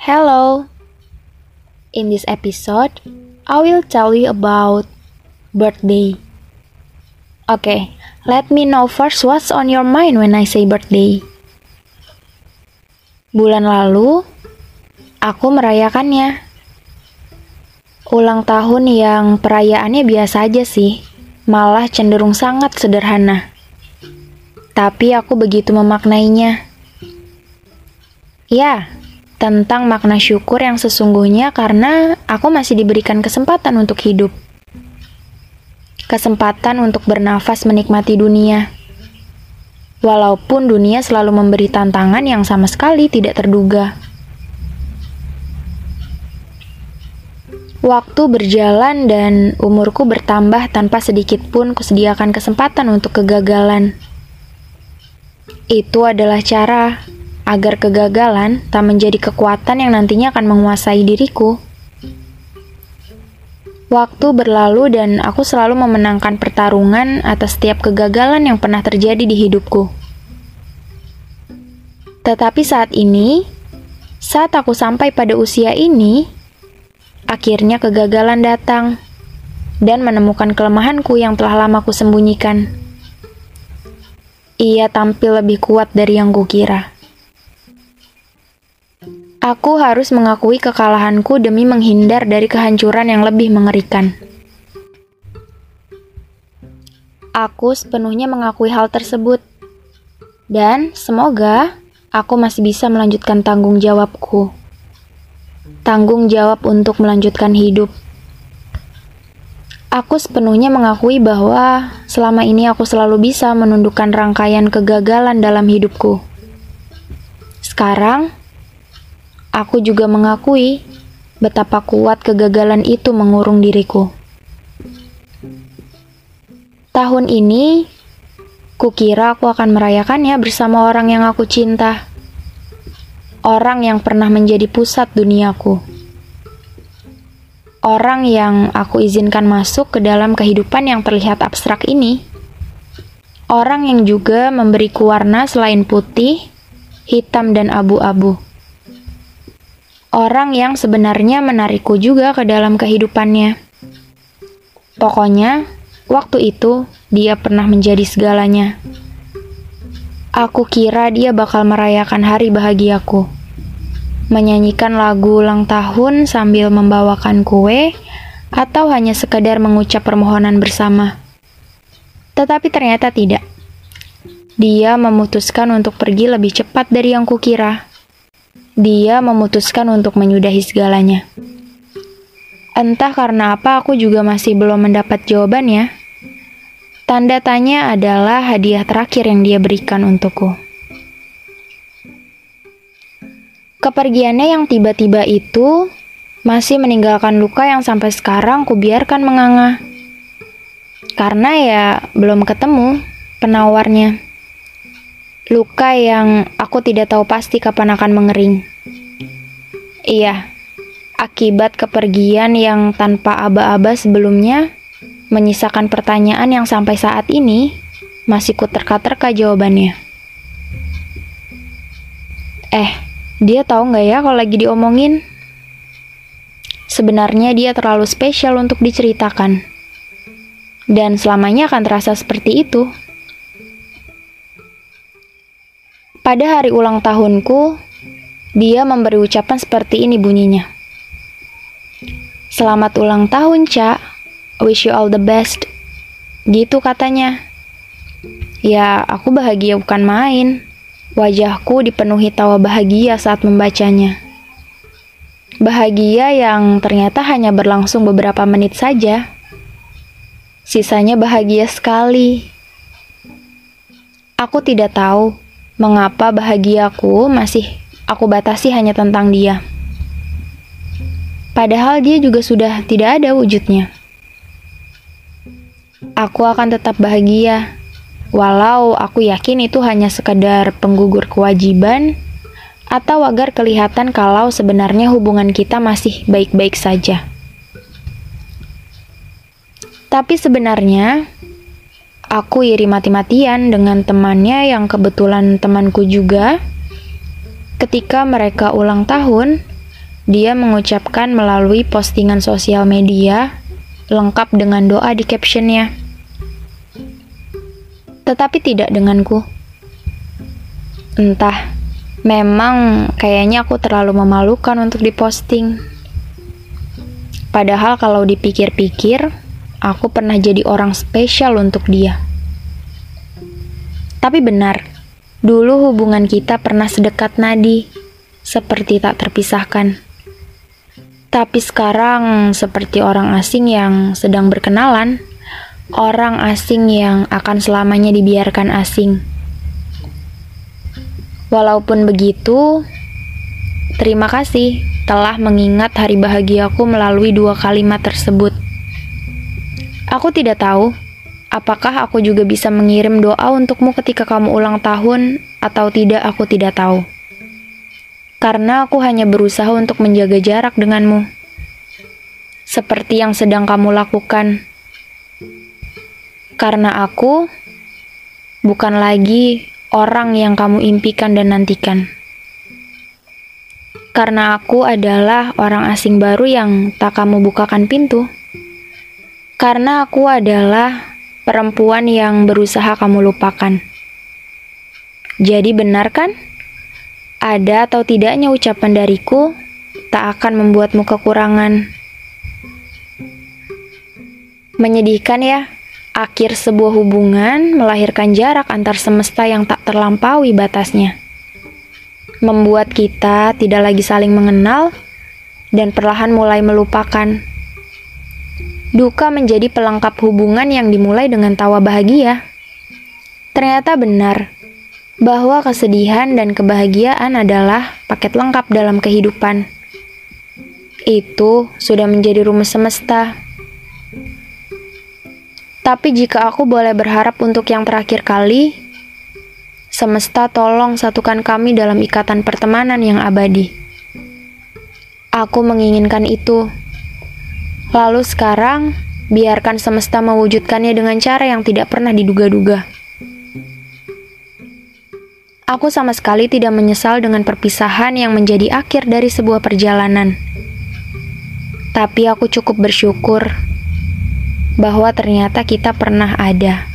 Hello, in this episode, I will tell you about birthday. Okay, let me know first what's on your mind when I say birthday. Bulan lalu, aku merayakannya. Ulang tahun yang perayaannya biasa aja sih, malah cenderung sangat sederhana. Tapi aku begitu memaknainya. Ya, tentang makna syukur yang sesungguhnya karena aku masih diberikan kesempatan untuk hidup. Kesempatan untuk bernafas menikmati dunia. Walaupun dunia selalu memberi tantangan yang sama sekali tidak terduga. Waktu berjalan dan umurku bertambah tanpa sedikit pun kusediakan kesempatan untuk kegagalan. Itu adalah cara agar kegagalan tak menjadi kekuatan yang nantinya akan menguasai diriku. Waktu berlalu dan aku selalu memenangkan pertarungan atas setiap kegagalan yang pernah terjadi di hidupku. Tetapi saat ini, saat aku sampai pada usia ini, akhirnya kegagalan datang dan menemukan kelemahanku yang telah lama kusembunyikan. Ia tampil lebih kuat dari yang kukira. Aku harus mengakui kekalahanku demi menghindar dari kehancuran yang lebih mengerikan. Aku sepenuhnya mengakui hal tersebut. Dan semoga aku masih bisa melanjutkan tanggung jawabku. Tanggung jawab untuk melanjutkan hidup. Aku sepenuhnya mengakui bahwa selama ini aku selalu bisa menundukkan rangkaian kegagalan dalam hidupku. Sekarang, aku juga mengakui betapa kuat kegagalan itu mengurung diriku. Tahun ini, kukira aku akan merayakannya bersama orang yang aku cinta. Orang yang pernah menjadi pusat duniaku. Orang yang aku izinkan masuk ke dalam kehidupan yang terlihat abstrak ini. Orang yang juga memberiku warna selain putih, hitam, dan abu-abu. Orang yang sebenarnya menarikku juga ke dalam kehidupannya. Pokoknya, waktu itu dia pernah menjadi segalanya. Aku kira dia bakal merayakan hari bahagiaku. Menyanyikan lagu ulang tahun sambil membawakan kue, atau hanya sekedar mengucap permohonan bersama. Tetapi ternyata tidak. Dia memutuskan untuk pergi lebih cepat dari yang kukira. Dia memutuskan untuk menyudahi segalanya. Entah karena apa aku juga masih belum mendapat jawabannya. Tanda tanya adalah hadiah terakhir yang dia berikan untukku. Kepergiannya yang tiba-tiba itu masih meninggalkan luka yang sampai sekarang kubiarkan menganga. Karena ya belum ketemu penawarnya. Luka yang aku tidak tahu pasti kapan akan mengering. Iya, akibat kepergian yang tanpa aba-aba sebelumnya menyisakan pertanyaan yang sampai saat ini masih kuterka-terka jawabannya. Dia tahu nggak ya kalau lagi diomongin? Sebenarnya dia terlalu spesial untuk diceritakan. Dan selamanya akan terasa seperti itu. Pada hari ulang tahunku, dia memberi ucapan seperti ini bunyinya. Selamat ulang tahun, Ca. Wish you all the best. Gitu katanya. Ya, aku bahagia bukan main. Wajahku dipenuhi tawa bahagia saat membacanya. Bahagia yang ternyata hanya berlangsung beberapa menit saja. Sisanya bahagia sekali. Aku tidak tahu mengapa bahagiaku masih aku batasi hanya tentang dia. Padahal dia juga sudah tidak ada wujudnya. Aku akan tetap bahagia. Walau aku yakin itu hanya sekedar penggugur kewajiban atau agar kelihatan kalau sebenarnya hubungan kita masih baik-baik saja. Tapi sebenarnya aku iri mati-matian dengan temannya yang kebetulan temanku juga. Ketika mereka ulang tahun, dia mengucapkan melalui postingan sosial media, lengkap dengan doa di captionnya. Tetapi tidak denganku. Entah, memang kayaknya aku terlalu memalukan untuk diposting. Padahal kalau dipikir-pikir, aku pernah jadi orang spesial untuk dia. Tapi benar, dulu hubungan kita pernah sedekat nadi, seperti tak terpisahkan. Tapi sekarang seperti orang asing yang sedang berkenalan, orang asing yang akan selamanya dibiarkan asing. Walaupun begitu, terima kasih telah mengingat hari bahagiaku melalui 2 kalimat tersebut. Aku tidak tahu apakah aku juga bisa mengirim doa untukmu ketika kamu ulang tahun atau tidak, aku tidak tahu. Karena aku hanya berusaha untuk menjaga jarak denganmu. Seperti yang sedang kamu lakukan. Karena aku bukan lagi orang yang kamu impikan dan nantikan. Karena aku adalah orang asing baru yang tak kamu bukakan pintu. Karena aku adalah perempuan yang berusaha kamu lupakan. Jadi benar kan? Ada atau tidaknya ucapan dariku tak akan membuatmu kekurangan. Menyedihkan ya, akhir sebuah hubungan melahirkan jarak antar semesta yang tak terlampaui batasnya. Membuat kita tidak lagi saling mengenal dan perlahan mulai melupakan. Duka menjadi pelengkap hubungan yang dimulai dengan tawa bahagia. Ternyata benar bahwa kesedihan dan kebahagiaan adalah paket lengkap dalam kehidupan. Itu sudah menjadi rumus semesta. Tapi jika aku boleh berharap untuk yang terakhir kali, semesta tolong satukan kami dalam ikatan pertemanan yang abadi. Aku menginginkan itu. Lalu sekarang, biarkan semesta mewujudkannya dengan cara yang tidak pernah diduga-duga. Aku sama sekali tidak menyesal dengan perpisahan yang menjadi akhir dari sebuah perjalanan. Tapi aku cukup bersyukur bahwa ternyata kita pernah ada.